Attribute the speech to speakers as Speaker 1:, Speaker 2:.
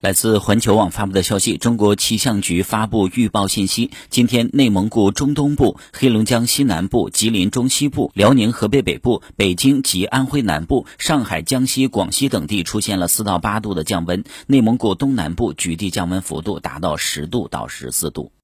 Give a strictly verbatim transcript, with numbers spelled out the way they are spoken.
Speaker 1: 来自环球网发布的消息，中国气象局发布预报信息，今天内蒙古中东部、黑龙江西南部、吉林中西部、辽宁河北北部、北京及安徽南部、上海、江西、广西等地出现了四到八度的降温，内蒙古东南部局地降温幅度达到十度到十四度。